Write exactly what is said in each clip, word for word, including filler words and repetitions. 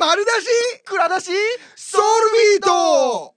丸出し蔵出しソウルビート。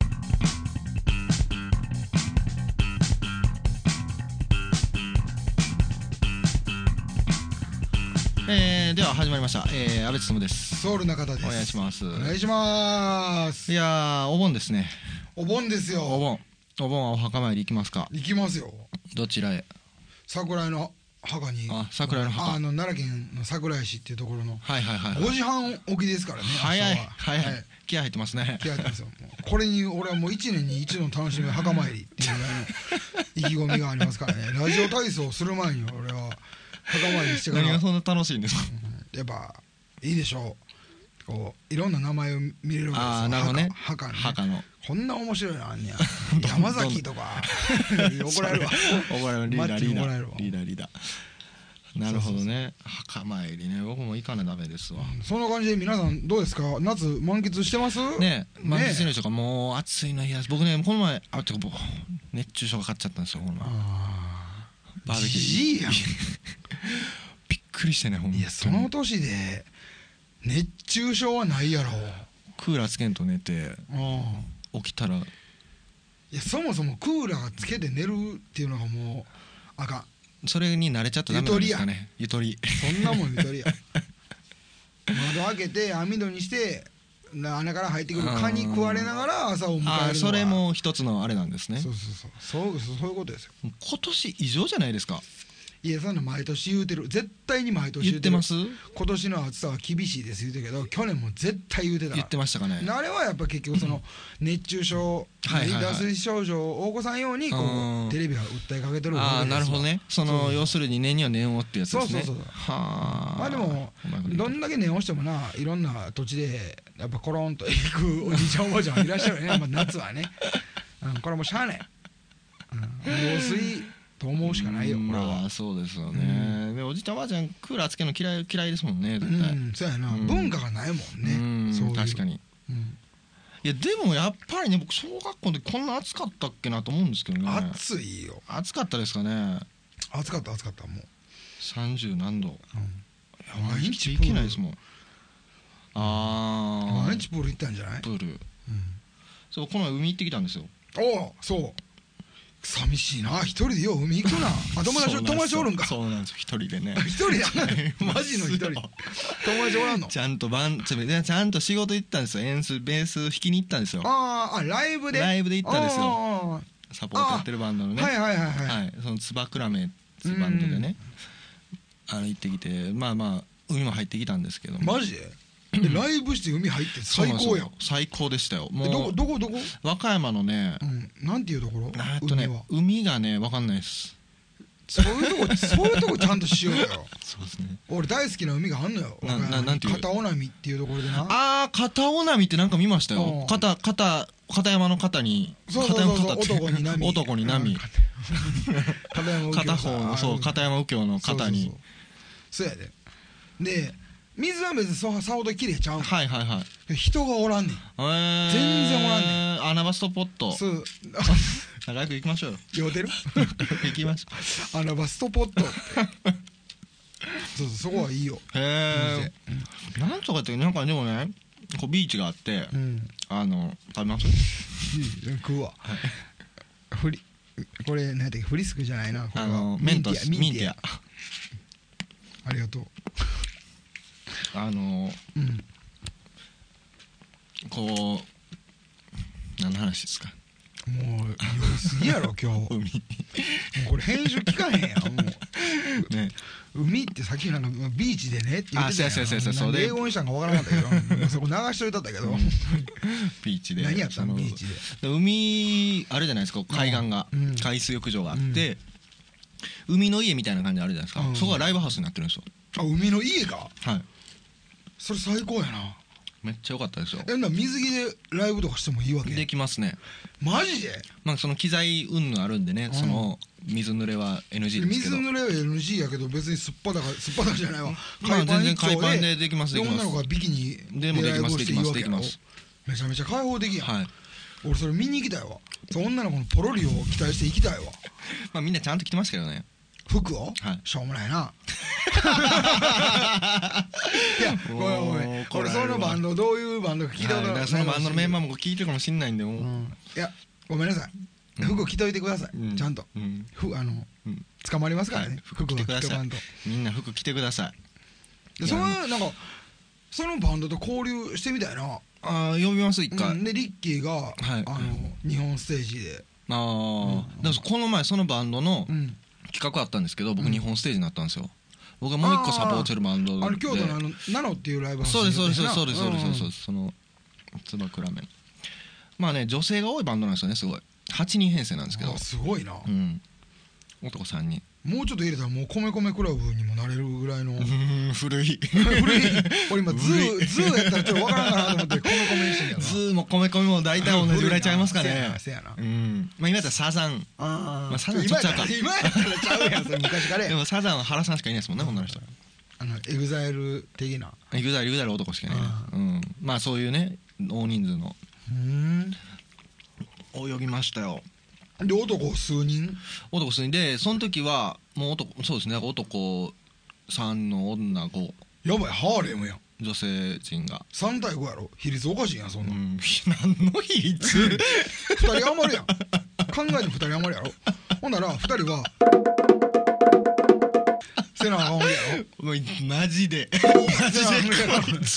えー、では始まりました、えー、安倍勉です。 ソウル中田です。 お願いします。 お願いします。 いやー、お盆ですね。 お盆ですよ。 お盆お盆はお墓参り行きますか？ 行きますよ。 どちらへ？ 桜井の墓に。 あ、桜井の墓。 あの奈良県の桜井市っていうところの。 はいはいはい、はい、 ごじはん起きですからね。 早い早い、 はい、 気合入ってますね。 気合入ってますよ。これに俺はもういちねんに一度の楽しみ墓参りっていうぐらいの意気込みがありますからね。ラジオ体操する前に俺は墓参りしてから。 何がそんな楽しいんですか？ うん、やっぱいいでしょう。こういろんな名前を見れるわけですよ。 ああ、なるほどね。 墓ね。 墓のこんな面白いのあんねや。山崎とか怒られるわ。 怒られる。リーダーリーダーリーダーリーダー。なるほどね。墓参りね。僕も行かなダメですわ。 そんな感じで皆さんどうですか？夏満喫してます？ ね、満喫してる人がもう暑いの嫌です。僕ね、この前あてか熱中症がかかっちゃったんですよ。この前バーベキュー。 じじいやん。 びっくりしてね、ほんまに。 いや、その年で熱中症はないやろ。 クーラーつけんと寝て起きたら、いや、そもそもクーラーつけて寝るっていうのがもうあかん。 それに慣れちゃったらダメなんですかね。ゆとり。 そんなもんゆとりや。窓開けて網戸にして穴から入ってくる蚊に食われながら朝を迎えるのは。 あ、それも一つのあれなんですね。 そうそうそうそうそういうことですよ。 今年異常じゃないですか。 いや、そんな毎年言うてる。絶対に毎年言うてる。 言ってます？ 今年の暑さは厳しいです言うてるけど、去年も絶対言うてた。 言ってましたかね。 あれはやっぱ結局その熱中症、脱水症状お子さん用にこうテレビが訴えかけてるわけですよ。 ああ、なるほどね。その要するに念には念をってやつですね。 そうそうそう。 はあ。 まあでもどんだけ念をしてもな、いろんな土地でやっぱコロンと行くおじいちゃんおばあちゃんいらっしゃるね。まあ夏はね、うん、これはもうしゃあない。防水と思うしかないよ。 まあそうですよね、うん、でおじいちゃんおばあちゃんクーラーつけるの嫌い嫌いですもんね、絶対。うん、 そうやな、うん、文化がないもんね。うん、そういう確かに、うん、いやでもやっぱりね、僕小学校の時こんな暑かったっけなと思うんですけどね。 暑いよ。 暑かったですかね。 暑かった暑かった。もうさんじゅう何度、うん、いや毎日行けないですもん。ああ、 毎日プール行ったんじゃない？ プール、うん、そう、この前海行ってきたんですよ。 おお、そう。寂しいな、一人でよう海行くな。あ、友達友達おるんか。 そうなんですよ、一人でね。 一人やマジの一人。友達おらんの？ ちゃんとバンちゃんと仕事行ったんですよ。エンスベース弾きに行ったんですよ。 ああ、ライブでライブで行ったんですよ。サポートやってるバンドのね。 はいはいはいはい、 はい、そのつばくらめっていうバンドでね、あの行ってきて、まあまあ海も入ってきたんですけども。 マジで？でライブして海入って最高やん。 最高でしたよ。もうどこどこどこ？ 和歌山のね、 うん、なんていうところ？ えっとね、海がね分かんないです。 そういうとこそういうとこちゃんとしようよ。 そうですね。 俺大好きな海があんのよ。 なななんていう？ 片尾波っていうところでな。 ああ、片尾波ってなんか見ましたよ。片片片山の片に、 そうそうそうそう、男に波。 男に波。 片山右京。 片方のそう片山右京の片に。 そうやで。で。水は別にさほど綺麗ちゃう。 はいはいはい。 人がおらんねん。 えー、 全然おらんねん。 穴場ストポット。 そう。 長く行きましょうよ。 酔うてる？ 行きましょう。穴場ストポット。そうそう、そこはいいよ。 へえ。なんとかってなんかでもね、こうビーチがあって、うん、あの食べます？ 食うわ。はい、フリこれ何やったっけ？フリスクじゃないな。 あのメントスミンティア。 ありがとう。 あの、うん、こう何の話ですか？ もう酔いすぎやろ今日。海もうこれ編集聞かへんやん。もうね、海ってさっきなんかビーチでねって言ってたやん。 そうそうそうそう。 英語にしたんかわからなかったけど、そこ流しといたんだけど。 ビーチで何やったの？ビーチで海あれじゃないですか、海岸が、うん、海水浴場があって、うん、海の家みたいな感じあるじゃないですか、うん、そこがライブハウスになってるんですよ。 あ、海の家か。 はい。 それ最高やな。 めっちゃ良かったですよ。 え、な水着でライブとかしてもいいわけ？できますね。 マジで？ まあその機材云々あるんでね、うん、その水濡れは エヌジー ですけど。 水濡れは エヌジー やけど別にすっぱだかすっぱだかじゃないわ。 まあ全然海パンでできますできます。 女の子がビキニでもできますできますできます。 めちゃめちゃ開放的やん。 はい。 俺それ見に行きたいわ。女の子のポロリを期待して行きたいわ。 まあみんなちゃんと着てますけどね。 服を、 はい、 しょうもないないやごめんごめん俺そのバンドどういうバンドか聞いたことない、 はい、そのバンドのメンバーも聞いてるかもしれないんで、もう、うん、 いやごめんなさい、うん、服着といてください、うん、ちゃんと、うん、ふあの、うん、捕まりますからね、はい、 服着てください、みんな服着てください。 でそういうなんかそのバンドと交流してみたいな。 ああ呼びます一回、うん、 でリッキーが、はい、あの日本ステージで、 ああ、うん、だからこの前そのバンドの企画あったんですけど、僕日本ステージになったんですよ。僕はもう一個サポートしてるバンドで、 あの京都のあのナノっていうライブハウス、 そうですそうですそうですそうですそうです、そのつばくらめん、まあね女性が多いバンドなんですよね。すごいはちにん編成なんですけど、 すごいな、 うん、男さんにん。 もうちょっと入れたらもう米米クラブにもなれるぐらいの古い古い俺今ズーズーやったらちょっと分からんかなと思って米米にしてんけど、 ズーも米米も大体同じぐらいちゃいますかね。 せやな、 うん、まあ今やったらサザン、 あ、 まあ、サザンちょっとちゃうか、 今やったらちゃうやん、それ昔からや。 でもサザンは原さんしかいないですもんね、女の人。 あのエグザイル的な、 エグザイルエグザイル男しかいないね、うん、まあそういうね大人数の泳ぎましたよ。 で男数人男数人で、その時はもう男、そうですね、男さんの女ご、 やばい、ハーレムやん、 女性陣がさん対ごやろ、比率おかしいやん、そんな、うん、 何の比率ふたり余るやん、考えてふたり余るやろ、ほんならふたりはせなあかんわけやろ、 もうマジでマジでこいつ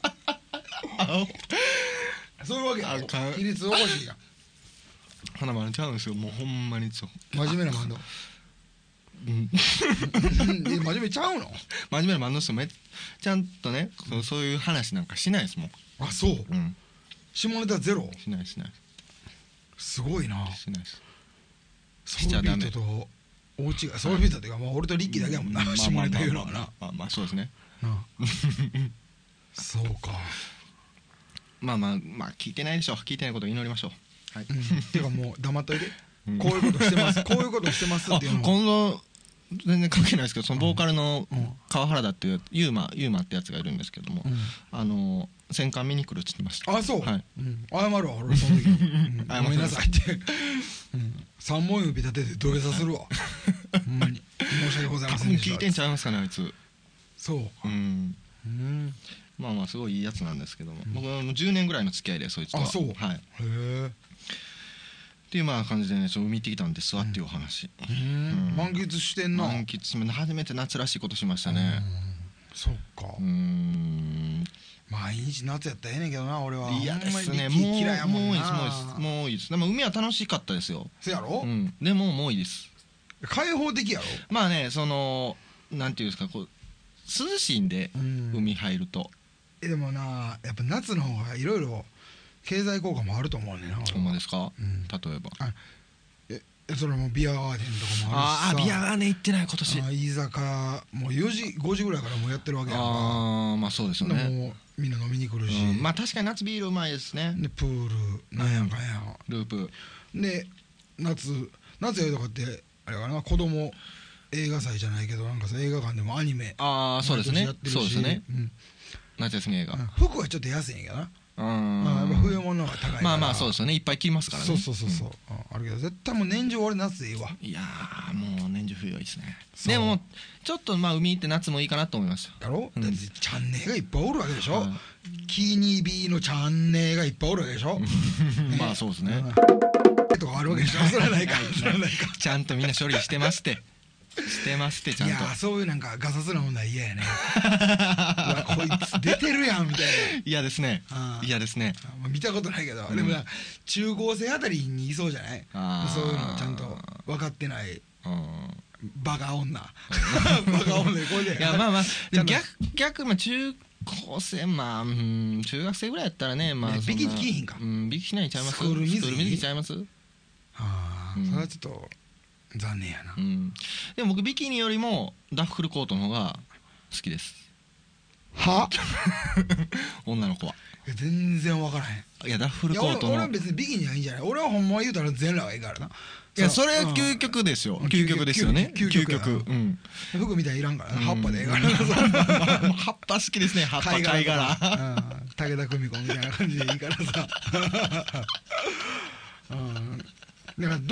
そういうわけやろ、比率おかしいやん。 花丸ちゃうんですよ、もうほんまにそう真面目なバンド、うん、真面目ちゃうの、 真面目なバンドですよ。めちゃんとね、そう、そういう話なんかしないですもん。 あ、そう、 うん、 下ネタゼロ、 しないしない、 すごいな、 しないです。 ソウルビートと大違い、ソウルビートっていうか、まあ、俺とリッキーだけやもんな、下ネタ言うのはな、 まあまあそうですね、 そうか、 まあまあまあ聞いてないでしょう、聞いてないことを祈りましょう。はい、うん、 ていうかもう黙っといて、うん、こういうことしてますこういうことしてますっていうのを今度全然関係ないですけど、そのボーカルの川原田っていうユーマユーマってやつがいるんですけども、うん、あの戦艦見に来るって言ってました。 あ、そう、 はい、 うん、謝るわ俺その時、うん、ごめんなさいって、うん、三本指立てて土下座するわほんまに申し訳ございませんでした。 聞いてんちゃいますかねあいつ。 そう、 うん、うん、まあまあすごいいいやつなんですけども、うん、僕はもうじゅうねんぐらいの付き合いでそいつとは。 あ、そう、 はい、へえっていうまあ感じでね、ちょっと見てきたんですわっていうお話、 うん、満喫してんな。 満喫、初めて夏らしいことしましたね。 そっか、うーん、毎日夏やったらええねんけどな、俺は。 嫌ですね、もう嫌いやもんな。もういいですもういいですもういいです。でも海は楽しかったですよ。 そうやろ、 うん、でももういいです。 開放的やろ。 まあね、そのなんていうんですか、こう涼しいんで、うん、海入ると。 でもな、やっぱ夏の方がいろいろ経済効果もあると思うねんな。 ほんまですか、うん、例えばあえそれもビアガーデンとかもあるしさ。 ああ、ビアガーデン行ってない今年。 あ、居酒屋もうよじごじぐらいからもうやってるわけやんか。 ああ、まあそうですよね。 もうみんな飲みに来るし、 うん、まあ確かに夏ビールうまいですね。 でプールなんやかんや、 ループで夏夏やるとかってあれかな、子供映画祭じゃないけど、なんかさ映画館でもアニメ、 ああそうですね、そうですね、うん、夏休み映画、 うん、服はちょっと安いんやけどな。うん、やっぱ冬物が高いから。 まあまあそうですよね、いっぱい着ますからね。 そうそうそうそう、うん、あるけど絶対もう年中俺夏でいいわ。 いやーもう年中冬はいいですね。でもちょっとまあ海行って夏もいいかなと思いました。 やろ、うん、だってチャンネルがいっぱいおるわけでしょ、うん、キニビのチャンネルがいっぱいおるわけでしょまあそうですね、 とかあるわけでしょそれはないかそれはないかちゃんとみんな処理してますってしてますってちゃんと。いやそういうなんかガサツな問題嫌やねうわこいつ出てるやんみたいな。 嫌ですね、嫌ですね。 見たことないけど、うん、でも中高生あたりにいそうじゃない、そういうのちゃんと分かってないバカ女バカ女でこれで。 いやまあまあでも逆逆まあ中高生まあ、うん、中学生ぐらいやったらね、まあビキニ着いひんか、 うん、ビキニちゃいます。 スクール水着ちゃいます。 ああ、うん、それはちょっと残念やな、 うん、でも僕ビキニよりもダッフルコートの方が好きです。 は女の子は。 いや全然分からへん。 いやダッフルコートの俺, 俺は別にビキニはいいんじゃない。俺はほんま言うたら全裸がいいからな。 いやそれは究極ですよ、うん、究極ですよね、究極、究極、うん、 服みたいにいらんから、うん、葉っぱでええから葉っぱ好きですね。葉っぱ貝殻、 武田久美子みたいな感じでいいからさうん、だからどうい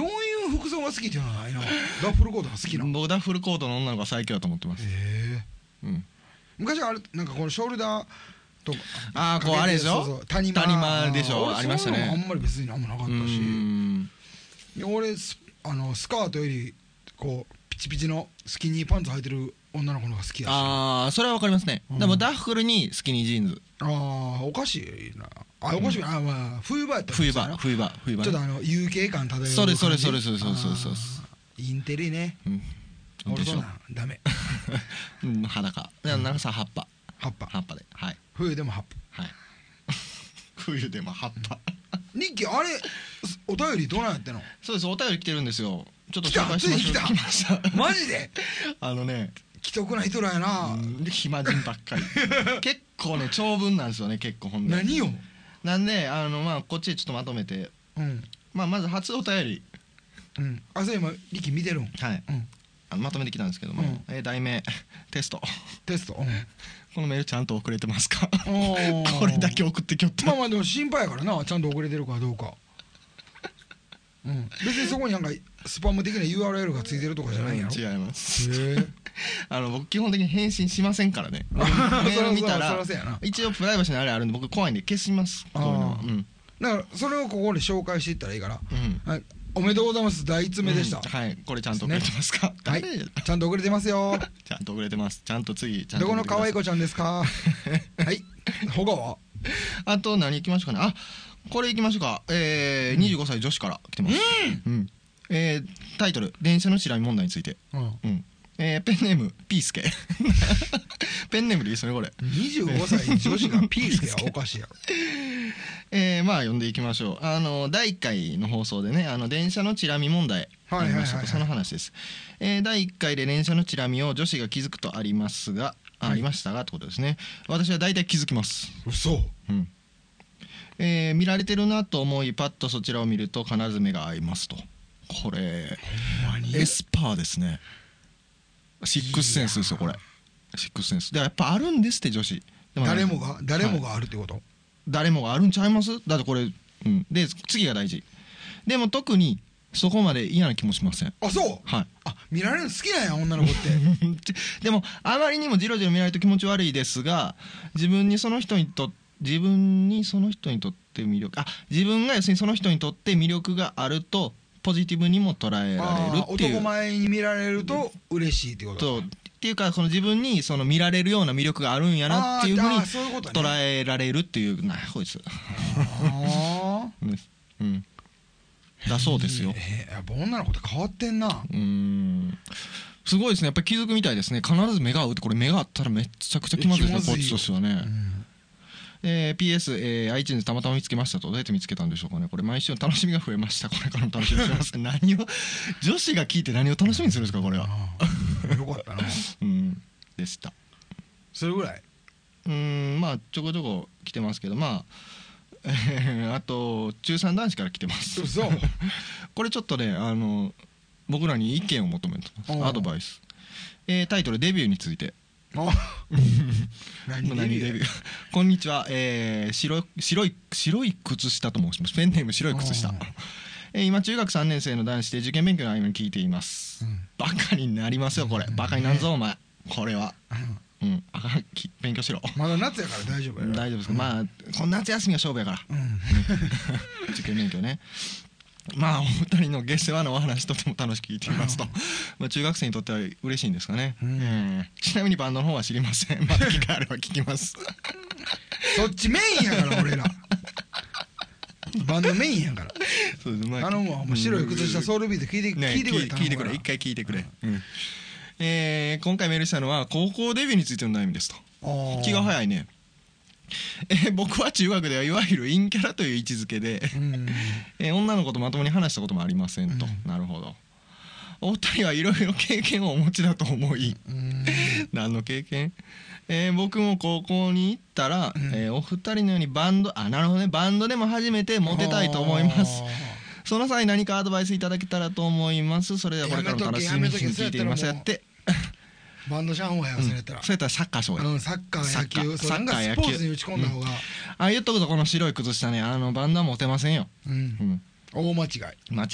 む服装が好きっていうのはないな。ダッフルコートが好きな。 僕ダッフルコートの女の子が最強だと思ってます。 へえ。 うん昔はあれなんかこのショルダーとかああこうあれでしょ、 そうそう谷間谷間でしょ、 俺ありましたね。 そういうのもあんまり別になんもなかったし、 うーんで俺スあのスカートよりこうピチピチのスキニーパンツ履いてる女の子の方が好きやし。あああそれはわかりますね、 うんでもダッフルにスキニージーンズ、 あーおかしいな。あおかしいな、あまあ冬場やったら冬そうやな場冬場冬場ね、 ちょっとあの ユーケー 感漂う感じ。 それそれそれそれそうそうそうそうあーインテリね。 うんでしょ俺そんなんダメ。 うん裸で長さ葉っぱ葉っぱ葉っぱではい冬でも葉っぱ。 はい冬でも葉っぱニッキーあれお便りどうなんやってんの。 そうですお便り来てるんですよ。ちょっと来た紹介しましょう。 ついに来た来ましたマジであのね既得な人らやな。 うんで暇人ばっかり結構ね長文なんですよね結構ほんで何よ。 なんであのまあこっちでちょっとまとめて、 うんまあ、まず初お便りうんあそう今リキ見てるん。 はいうんあのまとめてきたんですけども、 うんえー題名テストテスト。うんこのメールちゃんと送れてますかおーこれだけ送ってきよったまあまあでも心配やからなちゃんと遅れてるかどうか。うん別にそこになんかスパム的な ユーアールエル がついてるとかじゃないんやろ。 違いますへえあの僕基本的に返信しませんからねメール見たらそらそうやな。 一応プライバシーのあれあるんで僕怖いんで消しますこういうのはあーうんだからそれをここで紹介していったらいいから。 うんはいおめでとうございます第一目でした。 うんはいこれちゃんと遅れてますか、 はい誰ちゃんと遅れてますよ。 ちゃんと遅れてますちゃんと次ちゃんとどこの可愛い子子ちゃんですか。はい他は。 あと何行きましょうかねあこれ行きましょうかえーにじゅうごさい女子から来てますうんえータイトル電車のチラ見問題についてうんうんえーペンネームピースケペンネームでいいですねこれにじゅうごさい女子がピースやおかしいやろ。 えーまあ読んでいきましょうあのだいいっかいの放送でねあの電車のチラ見問題ありましたとその話です、えーだいいっかいで電車のチラ見を女子が気づくとありますがありましたがってことですね私は大体気づきます嘘。 うんえー見られてるなと思いパッとそちらを見ると必ず目が合いますとこれほんまにエスパーですねシックスセンスですよこれシックスセンスでやっぱあるんですって女子でね誰もが誰もがあるってこと。 誰もがあるんちゃいますだってこれ、うん、で次が大事でも特にそこまで嫌な気もしませんあそうはいあ見られるの好きなんや女の子ってでもあまりにもジロジロ見られると気持ち悪いですが自分にその人にと自分にその人にとって魅力あ自分が要するにその人にとって魅力があるとポジティブにも捉えられるっていう男前に見られると嬉しいってこととっていうかその自分にその見られるような魅力があるんやなっていうふうにあーそういうことね捉えられるっていうなこいつあうんうんだそうですよえーやっぱ女の子って変わってんな。 うーんすごいですねやっぱり気づくみたいですね必ず目が合うってこれ目が合ったらめっちゃくちゃ気まずいですねこっちとしてはね、 うんえー、ピーエス、えー、iTunes たまたま見つけましたとどうやって見つけたんでしょうかねこれ毎週楽しみが増えましたこれからも楽しみにしてます何を女子が聞いて何を楽しみにするんですかこれはあーよかったなうんでしたそれぐらい。 うーんまあちょこちょこ来てますけどまあ、えー、あと中さん男子から来てます嘘これちょっとねあの僕らに意見を求めてますおうアドバイス、えータイトルデビューについてあ何何デビューこんにちは、えー、白い白い白い靴下と申しますペンネーム白い靴下おう、 えー今中学さんねん生の男子で受験勉強の合間に聞いています、 うんバカになりますよこれバカになんぞお前これはうんバカき勉強しろまだ夏やから大丈夫やろ。 大丈夫ですか、まあこの夏休みは勝負やからうん受験勉強ねまあお二人の下世話のお話とても楽しく聞いていますと、まあ中学生にとっては嬉しいんですかね、 うんえーちなみにバンドの方は知りませんまた機会あれば聞きますそっちメインやから俺らバンドメインやからそうですま頼むわもう白い靴下ソウルビート聞いてね聞いてくれ聞いてくれ一回聞いてくれ、うんえー今回メールしたのは高校デビューについての悩みですと気が早いねえー僕は中学ではいわゆる陰キャラという位置づけで、 うんえー女の子とまともに話したこともありませんと、 うんなるほどお二人はいろいろ経験をお持ちだと思いうん何の経験、えー僕も高校に行ったら、 うんえーお二人のようにバンドあなるほどねバンドでも初めてモテたいと思いますその際何かアドバイスいただけたらと思いますそれではこれからも楽しみに聞いていますやってバンドシャンホやそれやったらそうやったらサッカーしようや、 うんサッカー野サッカー球そうなんかスポーツに打ち込んだ方があ言っとくとこの白い靴下ねあのバンドはモテませんよ、 うんうん、 大間違い間違い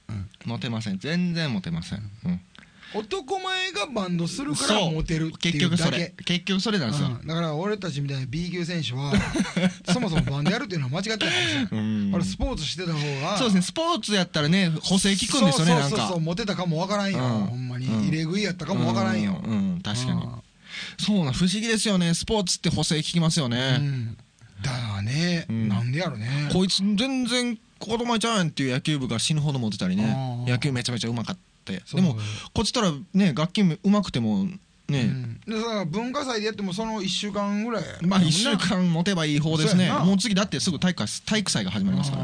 うん、 モテません、全然モテません、うん、 男前がバンドするからモテるっていうだけ。 結局それ結局それなんですよ、 うん、だから俺たちみたいな ビー 級選手はそもそもバンドやるっていうのは間違ってないかもしれない、うん、俺スポーツしてた方がそうですね、スポーツやったらね補正効くんですよね。なんかそうそうそう、 モテたかもわからんよ、うん、ほんまに、うん、入れ食いやったかもわからんよ、 うん、うん、確かに、うん、そうな、不思議ですよね、スポーツって補正効きますよね、うん、 だからね、うん、なんでやろね、 こいつ全然子供ちゃうやんっていう野球部が死ぬほどモテたりね、野球めちゃめちゃうまかった。でもこっちたらね楽器うまくてもね、うん、 でさ文化祭でやってもそのいっしゅうかんぐらい、 まあいっしゅうかん持てばいい方ですね。もう次だってすぐ体育体育祭が始まりますから、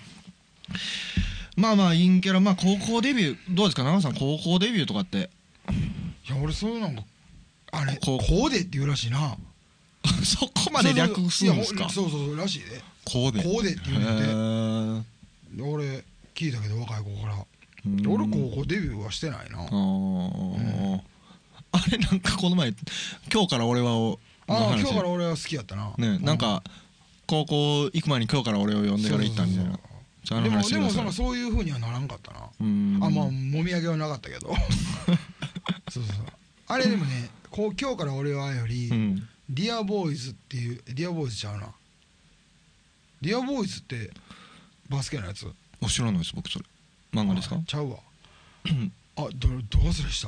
まあまあ陰キャラ、まあ高校デビューどうですか長尾さん、高校デビューとかって。いや俺そういうのあれこうでって言うらしいなそこまで略すんですか。 そうそうそうらしいで、 こうでこうでって言うて、俺聞いたけど若い子から、俺高校デビューはしてないな。あ、うん、 あれなんかこの前今日から俺はをああ今日から俺は好きやったな、 ね、なんか高校行く前に今日から俺を呼んでから行ったんで、 でもでもそのそういう風にはならんかったな。あ、まあもみあげはなかったけどそうそうあれでもね、こう今日から俺はより、うん、ディアボーイズっていう、ディアボーイズちゃうな、ディアボーイズってバスケのやつ。 あ、知らないです僕それ。漫画ですか。 ちゃうわあ、どどう忘れした。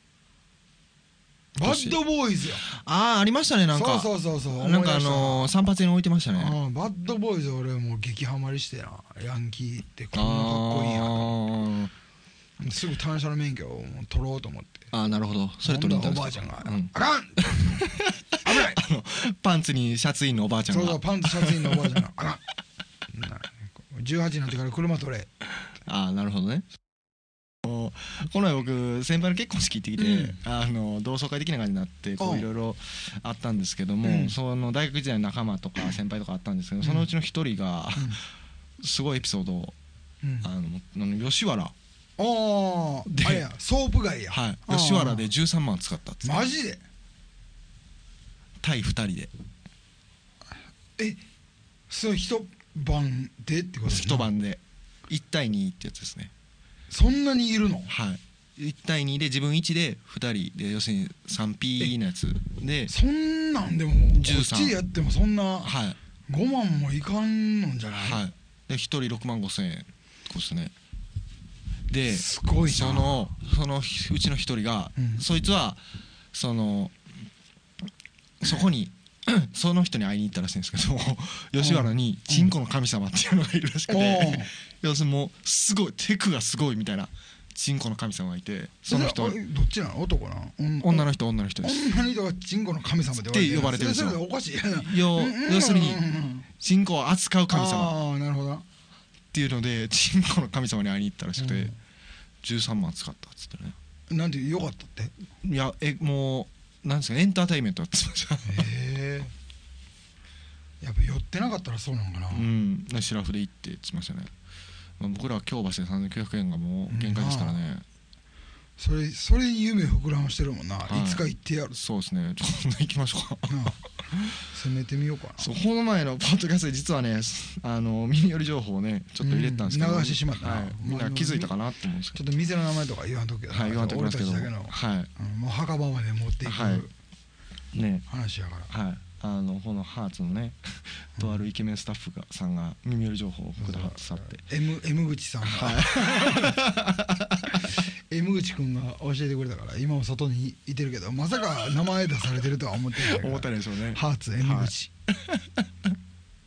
バッドボーイズや。 ああ、ありましたね、なんかそうそうそうそう、 なんかあのー、散髪に置いてましたね。 あ、バッドボーイズ俺もう激ハマりしてな、ヤンキーってこんなかっこいいやん、すぐ単車の免許を取ろうと思って。 ああ、なるほど、それ取りに行ったんですか。 おばあちゃんが、うん、あかん危ないあのパンツにシャツインのおばあちゃんが、 そうそう、パンツシャツインのおばあちゃんがあかんじゅうはちになってから車取れ。 ああ、なるほどね。この前僕先輩の結婚式行ってきて、うん、あの同窓会的な感じになってこういろいろあったんですけども、うん、その大学時代の仲間とか先輩とかあったんですけど、そのうちの一人が、うん、すごいエピソードを、うん、あの吉原、あああれやソープ街や、 はい、吉原でじゅうさんまん使ったっつって。 マジで。 対ふたりで。 え、それ一晩でってこと。 一晩でいちたいにってやつですね。 そんなにいるの。 はい、いちたいにで自分いちでふたりで、要するに スリーピー のやつで、 そんなんでもこっちでやってもそんな、はい、ごまんもいかんのんじゃない。はい、でひとりろくまんごせんえんこうですね。ですごいな。そのそのうちの一人が、うん、そいつはそのそこにその人に会いに行ったらしいんですけど吉原にチンコの神様っていうのがいるらしくて、要するにもうすごいテクがすごいみたいなチンコの神様がいて、その人どっちなの、男なの。 女の人、女の人です。 女の人がチンコの神様って呼ばれてるんですよ。 それおかしいやな。 要するにチンコを扱う神様、ああなるほどっていうのでチンコの神様に会いに行ったらしくて、じゅうさんまん使ったっつってね。 なんでよかったって。 いや、えもうなんですか、エンターテインメントって言ってました。へえ。やっぱ寄ってなかったらそうなのかな。うん、 シラフで行ってって言ってましたね。まあ、僕らは京橋でさんぜんきゅうひゃくえんがもう限界ですからね、うん、 それそれに夢膨らましてるもんな、はい、いつか行ってやる。 そうですね、ちょっと行きましょうか攻めてみようかな。 そう、この前のポッドキャストで実はね、あの耳寄り情報をねちょっと入れてたんですけど、 うん、流してしまったな、はい、 みんな気づいたかなって思うんですけど、 ちょっと店の名前とか言わんとくけど、 はい、言わんときますけど、はい、うん、 もう墓場まで持っていく、はい、ね、話やから、はい、 あのこのハーツのねとあるイケメンスタッフがさんが耳寄り情報をくださって、 M, M 口さんが、はい、M 口くんが教えてくれたから今も外にいてるけど、まさか名前出されてるとは思ってないから思ったでしょうね。 ハーツ M 口、はい、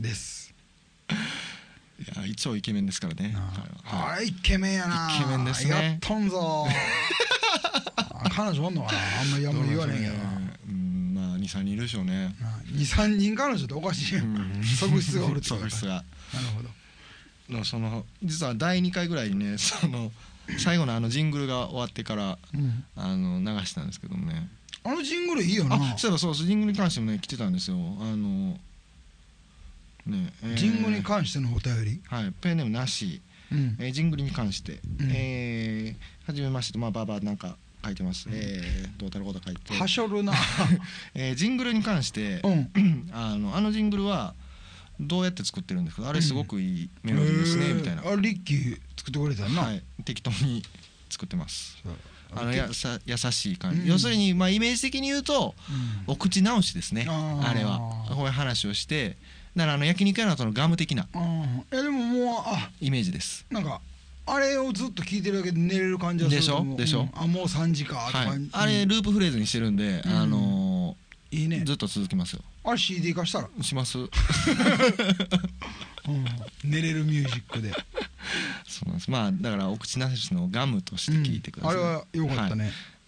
ですいや一応イケメンですからね。 ああイケメンやな、 イケメンですね。 やっとんぞ彼女おんのかな、あんまりあんまり言われへんけどな、 にさんにんいるでしょうね。 にさんにん彼女っておかしいやん、側室がおるって側室が。 なるほど。 その実はだいにかいぐらいにね、その最後のあのジングルが終わってから、うん、あの流したんですけどもね、 あのジングルいいよな。 あ、そういえばそうジングルに関してもね来てたんですよ。あのね、 えー、ジングルに関してのお便り、 はい、ペンネームなし、うん、えー、ジングルに関して、うん、えー、はじめまして、まあバーバーなんか書いてます、うん、えー、どうたること書いてはしょるな、 えー、ジングルに関して、うん、あのあのジングルはどうやって作ってるんですか、あれすごくいいメロディーですね、みたいな。 あれリッキー作ってくれたよな、 はい、適当に作ってます。あのやさ優しい感じ、 うん、 要するにまあイメージ的に言うと、うん、お口直しですね。 あ, あれはこういう話をして、だからあの焼肉屋の後のガム的な、 あいやでももうあイメージです。 なんかあれをずっと聞いてるだけで寝れる感じがするでしょでしょ、うん、 あもうさんじかとか、はい、 あれループフレーズにしてるんで、うん、あのー、いいね、 ずっと続きますよ。 あれ シーディー 化したらします、うん、 寝れるミュージックでそうなんです。まあだからお口なしのガムとして聞いてください、 うん、あれは良かったね、はい、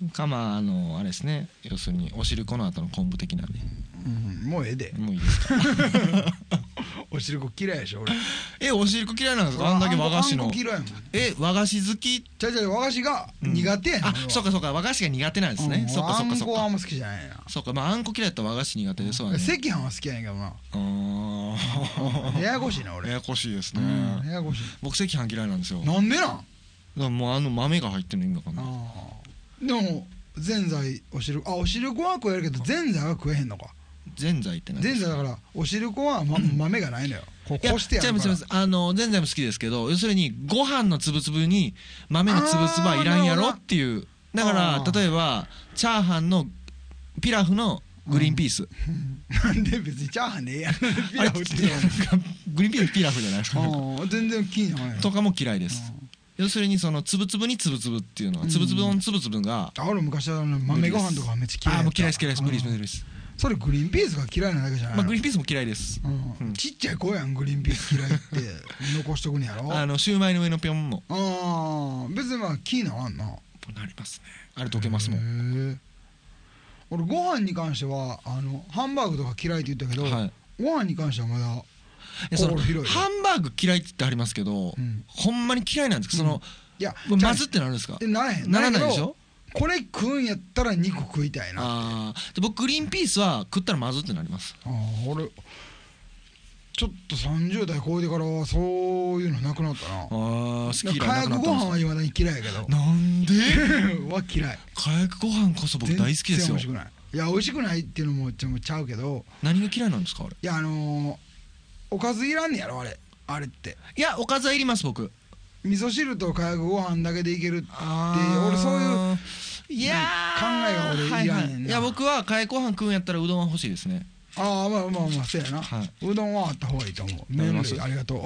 かまああのあれですね、要するにお汁粉の後の昆布的なね、 うん、もうええでもういいですかお汁粉嫌いでしょ俺。 えお汁粉嫌いなんですか、あんだけ和菓子の。 あんこ嫌いもん。 え和菓子好き。 ちゃうちゃう和菓子が苦手やねん、 うん、あそうかそうか和菓子が苦手なんですね、 うん、 そっかそっかそっか。 あんこはあんま好きじゃないな。 そうか、まああんこ嫌いだったら和菓子苦手で、そうだね。 赤飯は好きやねんけどな。ああややこしいな俺。 ややこしいですね、 うん、ややこしい。 僕赤飯嫌いなんですよ。 なんでなん。だからもうあの豆が入ってるの意味わかんない。 でもぜんざいお汁あお汁粉は食えるけどぜんざいは食えへんのか。 ぜんざいって何ですか。 ぜんざいだからお汁粉は、ま、豆がないのよ。こうこしてやるから。 いや違います違います。あのぜんざいも好きですけど、要するにご飯のつぶつぶに豆のつぶつぶはいらんやろっていう。だから例えばチャーハンのピラフのグリーンピース、 なんで別にチャーハンでええやん。ピラフってグリーンピースピラフじゃないですか。 全然気にならないとかも嫌いです。要するにそのつぶつぶにつぶつぶっていうのはつぶつぶのつぶつぶが、 あ俺昔は豆ご飯とかめっちゃ嫌い。 あもう嫌いです嫌いです無理です無理です。 それグリーンピースが嫌いなだけじゃないの。 まあグリーンピースも嫌いです。 ちっちゃい子やんグリーンピース嫌いって残しとくんやろ。 あのシューマイの上のぴょんも。 ああ別にまあ気にならんな。なりますね。あれ溶けますもん。 俺ご飯に関してはあのハンバーグとか嫌いって言ったけど、はい、ご飯に関してはまだ心広い。 ハンバーグ嫌いって言ってありますけど、うん、ほんまに嫌いなんですか、その、うん、 いやまずってなるんですか。 ならへんならないでしょ。 これ食うんやったら肉食いたいな。 あで僕グリーンピースは食ったらまずってなります。 あ俺ちょっとさんじゅう代超えてからはそういうのなくなったな。あ好き嫌いなくなったんですか。かやくご飯はいまだに嫌いやけど。 なんでは嫌い。 かやくご飯こそ僕大好きですよ。 全然美味しくない。いや美味しくないっていうのもちょっとちゃうけど。 何が嫌いなんですかあれ。 いやあのー、おかずいらんねやろあれあれって。 いやおかずはいります僕。 味噌汁とかやくご飯だけでいけるって俺そういういや考えが俺いらんねんな、はいはい、 いや僕はかやくご飯食うんやったらうどんは欲しいですね。 ああまあまあまあそうやな、はい、うどんはあった方がいいと思う。麺類ありがとう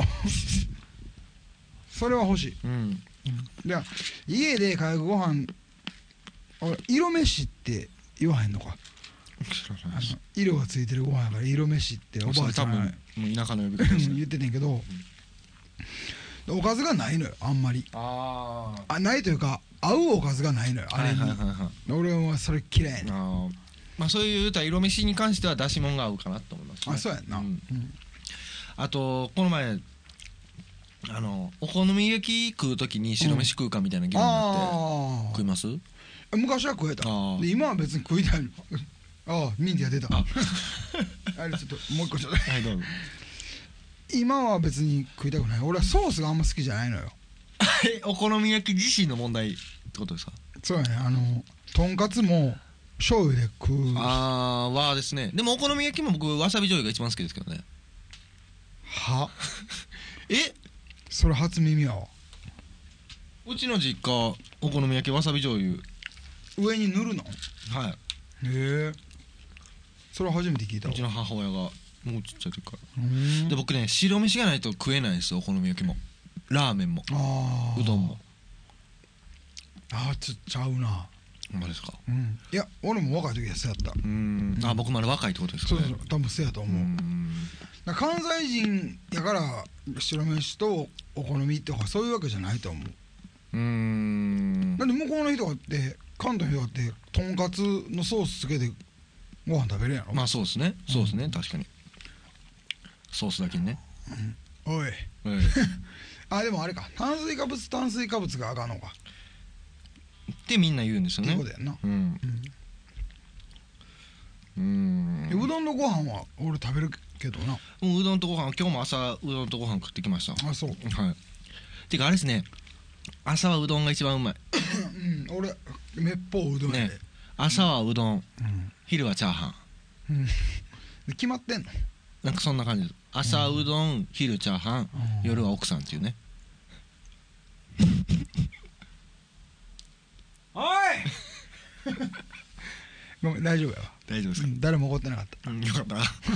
それは欲しい、うん、いや家でかやくご飯俺色飯って言わへんのか。あの色がついてるご飯やから色飯っておばあちゃんがもう田舎の呼び方です、ね、 言っててんけど、うん、おかずがないのよあんまり。ああないというか合うおかずがないのよあれに、はいはいはいはい、俺はそれ嫌いやねん。あまあそういう言うたら色飯に関してはだしもんが合うかなと思います、ね、 あそうやんな、うんうん、 あとこの前あのお好み焼き食う時に白飯食うかみたいな議論になって、うん、食います。 昔は食えたで今は別に食いたいのああミンティア出たああれちょっともう一個ちょっとはいどうぞ。今は別に食いたくない。俺はソースがあんま好きじゃないのよお好み焼き自身の問題ってことですか。 そうやねあのとんかつも醤油で食う。 あーはですね。でもお好み焼きも僕わさび醤油が一番好きですけどね。 はえそれ初耳やわ。 うちの実家お好み焼きわさび醤油上に塗るの。 はい。 へえそれは初めて聞いたわ。 うちの母親がもうちっちゃい時からで僕ね白飯がないと食えないんですよ。お好み焼きもラーメンもあうどんも。 ああちょっとちゃうな。 ほんまですか、 うん、いや俺も若い時はそうやった。 うんあ僕まだ若いってことですかね。 そうそう多分そうやと思う。うんだ関西人やから白飯とお好みとかそういうわけじゃないと思う。うんなんで向こうの人がって関東の人がってとんかつのソースつけてご飯食べるやろ。 まあそうですねそうですね、うん、確かにソースだけにね、 うん、おい、おいあでもあれか炭水化物炭水化物があかんのかってみんな言うんですよね。 ってことやんな。うん、 うん、 うどんのご飯は俺食べるけどな。 うどんとご飯今日も朝うどんとご飯食ってきました。 あそうはいていうかあれですね朝はうどんが一番うまいうん俺めっぽううどんやで、ね、 朝はうどん、うん、昼はチャーハン、 うん、決まってんの。 なんかそんな感じです。 朝うどん、昼チャーハン、 うん、 夜は奥さんっていうね。 おいごめん、大丈夫やわ。 大丈夫ですか、 うん、誰も怒ってなかった、 うん、よかった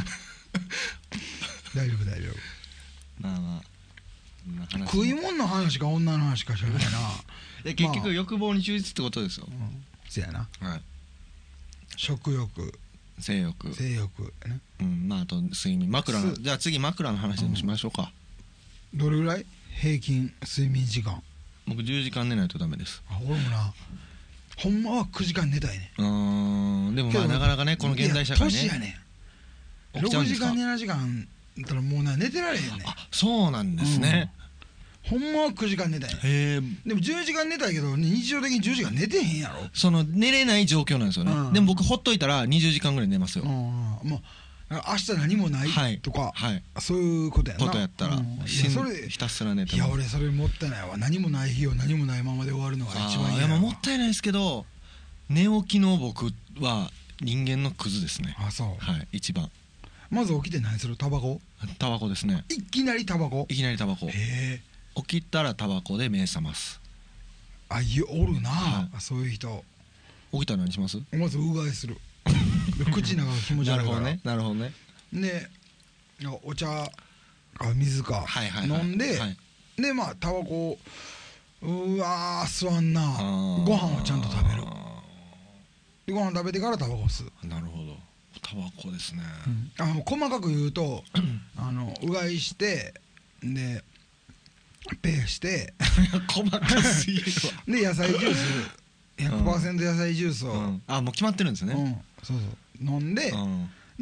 大丈夫大丈夫。 まあまあ食い物の話か女の話か知らないなで結局欲望に忠実ってことですよ、 うん、せやな、 はい、 食欲、 性欲、 性欲やね、 うん、まああと睡眠、枕の、じゃあ次枕の話でもしましょうか、 うん、どれぐらい平均睡眠時間？ 僕じゅうじかん寝ないとダメです。 あ、俺もな、ほんまはくじかん寝たいね。 うーん、でもまあなかなかね、この現代社会ね、 年やねん、ろくじかんななじかんだったらもうな寝てられへんねん。 あ、そうなんですね、 うん、ほんまはくじかん寝たいねん。 へえ。 でもじゅうじかん寝たいけど日常的にじゅうじかん寝てへんやろ。 その寝れない状況なんですよね、うん、でも僕ほっといたらにじゅうじかんぐらい寝ますよ、うん、 もう明日何もないとか、はいはい、そういうことやなことやったら、うん、それひたすら寝てます。 いや俺それもったいないわ。何もない日を何もないままで終わるのが一番いいや。 いやもったいないですけど、寝起きの僕は人間のクズですね。 あ、そう、 はい、一番。まず起きて何する？タバコ？ タバコですね。 いきなりタバコ？ いきなりタバコ。 へえ。 起きたらタバコで目覚ます。 あ、いやおるな、はい、そういう人。 起きたら何します？ まずうがいする口の中が気持ち悪いから。なるほどね、 なるほどね。 でお茶か水か飲んで、はい、でまあタバコうわー吸わんな、ご飯をちゃんと食べる。でご飯食べてからタバコ吸う。 なるほど、タバコですね、 うん、あの細かく言うとあのうがいしてでペーして細かすぎるわで野菜ジュース ひゃくパーセント 野菜ジュースを、うん、 あもう決まってるんですね、 うん、そうそう飲んで、うん、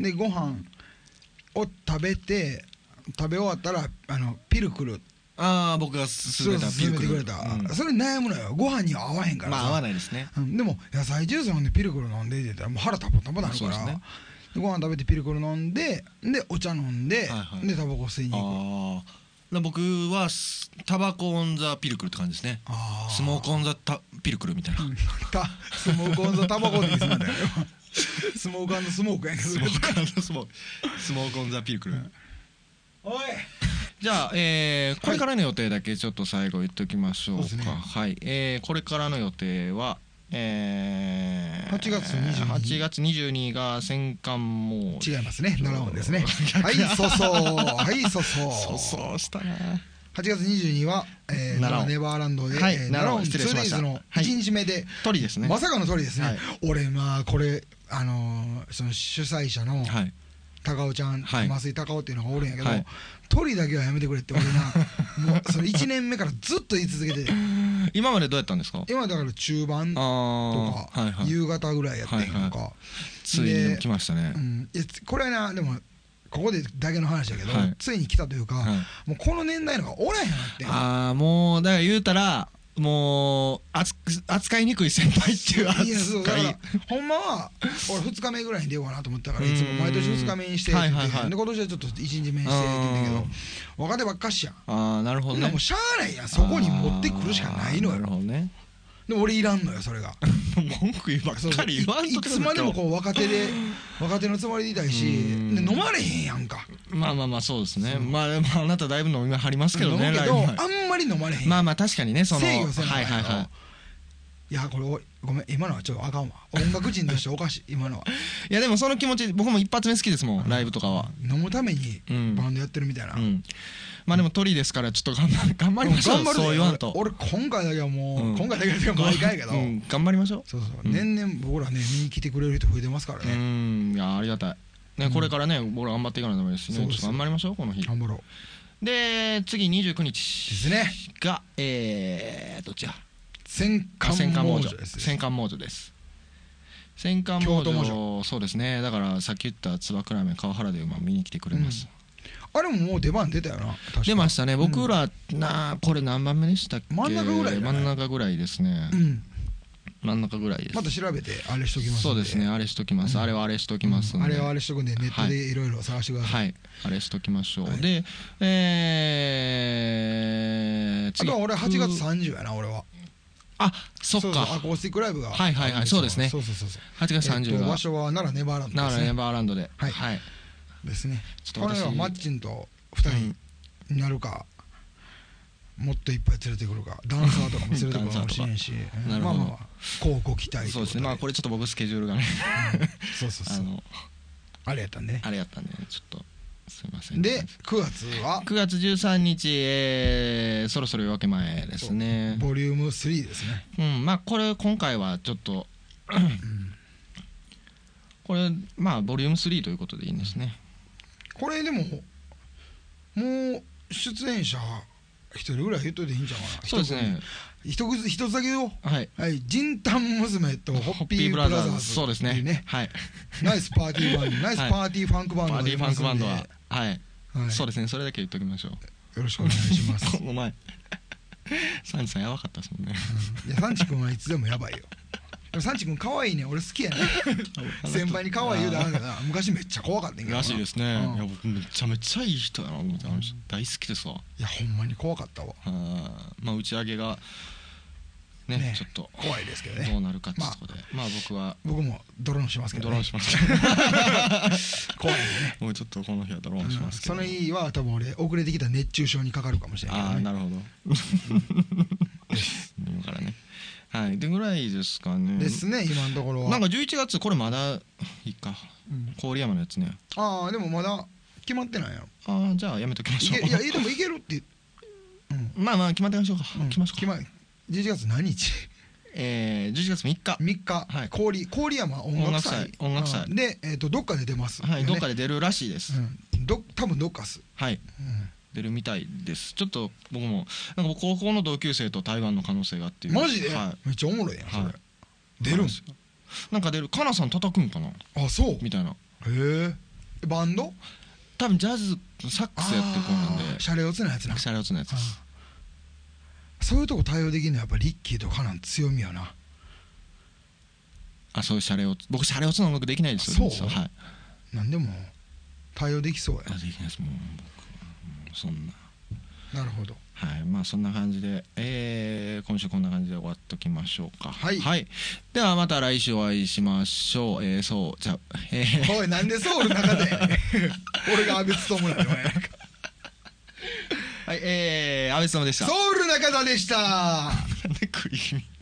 でご飯を食べて食べ終わったらあのピルクル、 ああ僕が勧めたピルクル、 勧めてくれた、うん、それ悩むのよ。ご飯には合わへんからさ。 まあ合わないですね、 うん、でも野菜ジュース飲んでピルクル飲んでって言ったらもう腹タポタポなるから、ね、でご飯食べてピルクル飲んででお茶飲んで、はいはい、でタバコ吸いに行く。 あ僕はタバコオンザピルクルって感じですね。スモークオンザタピルクルみたいな、うん、 スモークオンザタバコって言ってたんだよスモーク&スモークやけどスモーク&スモークスモークオンザピルクル、うん、 おいじゃあ、えー、これからの予定だけちょっと最後言っておきましょうか。はい、はい、えー、これからの予定は、えー、 はちがつにじゅうにはちがつにじゅうにが戦艦モード。 違いますね、奈良湾ですねはいそうそうはいそうそうそうそうしたな。 はちがつにじゅうには、えー、奈良ネバーランドで、はい、えー、奈良湾 ツーデイズのいちにちめで、はい、 鳥ですね。 まさかの鳥ですね、はい、俺まあこれあのー、その主催者の、はい、高尾ちゃん、はい、増井高尾っていうのがおるんやけど、はい、鳥だけはやめてくれって俺なもうそれいちねんめからずっと言い続けてて今までどうやったんですか？ 今だから中盤とか、はいはい、夕方ぐらいやってんとか、はいはい、 ついに来ましたね、 うん、いやこれはなでもここでだけの話だけど、はい、ついに来たというか、はい、もうこの年代のがおらへんなってん。 ああもうだから言うたらもう扱いにくい先輩っていう扱い。いやそうだからほんまは俺ふつかめぐらいに出ようかなと思ったからいつも毎年ふつかめにしてって言って、はいはいはい、で今年はちょっといちにちめにしてって言うんだけど若手ばっかしやん。 ああなるほどね。 もうしゃあないやん、そこに持ってくるしかないのよ。 なるほどね。 でも俺いらんのよそれが文句言ばっかり言わんといつまでもこう若手で若手のつもりでいたいしで飲まれへんやんか。 まあまあまあそうですね。まああなただいぶ飲みはりますけどね。 飲むけどあんまり飲まれへん。 まあまあ確かにねその制御せんのはいはいはい。 いやこれごめん今のはちょっとあかんわ。音楽人としておかしい今のは。 いやでもその気持ち僕も一発目好きですもんライブとかは。 飲むためにバンドやってるみたいな。 まあでも鳥ですからちょっと頑張頑張りましょう。そう言わんと。 俺今回だけはもう今回だけは毎回やけど頑張りましょう。 そうそう年々僕らね見に来てくれる人増えてますからね。 うんいやありがたいね。これからね僕ら頑張っていかないとダメですしね。頑張りましょうこの日。 頑張ろう。で次にじゅうくにちですねがえーどっちや戦艦モードです。 戦艦モードです。戦艦モードそうですね。だからさっき言ったつばくらめ川原で馬見に来てくれます。 あれももう出番出たよな。 出ましたね。僕らなこれ何番目でしたっけ？ 真ん中ぐらい。 真ん中ぐらいですね。真ん中ぐらいです。 また調べてあれしときます。 そうですね。あれしときます。あれはあれしときます。 あれはあれしとくんでネットでいろいろ探してください。 はい。あれしときましょう。でえあとは俺はちがつさんじゅうやな俺は。 あ、そっか。 アコースティックライブが。 はいはいはい、そうですね。 そうそうそう。 はちがつさんじゅうが。 場所は奈良ネバーランド。 奈良ネバーランドで。はい。 ですね。 ちょっと私これはマッチンとふたりになるか、もっといっぱい連れてくるか、ダンサーとかも連れてくるかもしれんし、 なるほど、 まあまあこうご期待。 そうですね。まあこれちょっと僕スケジュールがね、 うん、そうそうそう、あのあれやったんでね、 あれやったんで、ね、ちょっとすいません。 でくがつはくがつじゅうさんにち、えー、そろそろ夜明け前ですね。 ボリュームスリーですね。 うん、まあこれ今回はちょっと、うん、これまあボリュームスリーということでいいんですね。 これでももう出演者一人ぐらい言っといていいんちゃうかな。 そうですね。 一つ一つだけよ。 はい。 はい。ジンタン娘とホッピーブラザーズ。 そうですね。はい。 ナイスパーティーバンド、ナイスパーティーファンクバンド。 パーティーファンクバンドは、はい。そうですね。それだけ言っときましょう。 よろしくお願いします。 お前、サンチさんやばかったですもんね。 いや、サンチ君はいつでもやばいよ。でもサンチ君可愛いね、俺好きやね。先輩に可愛い言うてあるけどな、昔めっちゃ怖かったんけどな。 らしいですね。いや僕めちゃめちゃいい人やなと思って、あの人大好きですわ。 いやほんまに怖かったわ。 まあ打ち上げがねちょっと怖いですけどね。 どうなるかってとこで、まあ僕は僕もドローンしますけど。 ドローンします。 怖いね。 もうちょっとこの日はドローンしますけど。 その日は多分俺遅れてきた熱中症にかかるかもしれない。ああなるほど。今からね。はい、でぐらいですかね。 ですね、今のところは。 なんかじゅういちがつこれまだいいか、うん、郡山のやつね。 ああでもまだ決まってないやろ。 ああじゃあやめときましょう。 いやでもいけるって、 うん、まあまあ決まってみましょうか。うん、決ましょうか。 じゅういちがつ何日？ えー、じゅういちがつみっか。 みっか、はい、郡郡山音楽祭。 音楽祭で、えー、とどっかで出ます、 はい、どっかで出るらしいです。 うん、ど多分どっかっす。 はい、うん、出るみたいです。ちょっと僕もなんか高校の同級生と台湾の可能性がっていう。 マジで、 はい、 めっちゃおもろいやんそれ、はい、出るんすよ。 なんか出る。かなさん叩くんかな。 あそうみたいな。 へえ。バンド多分ジャズサックスやってる子なんで。 シャレオツなやつな。 シャレオツなやつです。 そういうとこ対応できるのはやっぱリッキーとかなん強みやな。 あそういうシャレオツ。僕シャレオツの音楽できないですよ。 そう、 はい、 なんでも対応できそうや。 できないです。もう僕そんな。 なるほど。 はい、まあそんな感じで、えー、今週こんな感じで終わっときましょうか。はい、はい、ではまた来週お会いしましょう。えー、そうじゃあ、えー、 おいなんでソウルの中で俺が阿部勉なんでお前なんかはい、えー、阿部勉でした。 ソウル中田でした。 なんで食い気味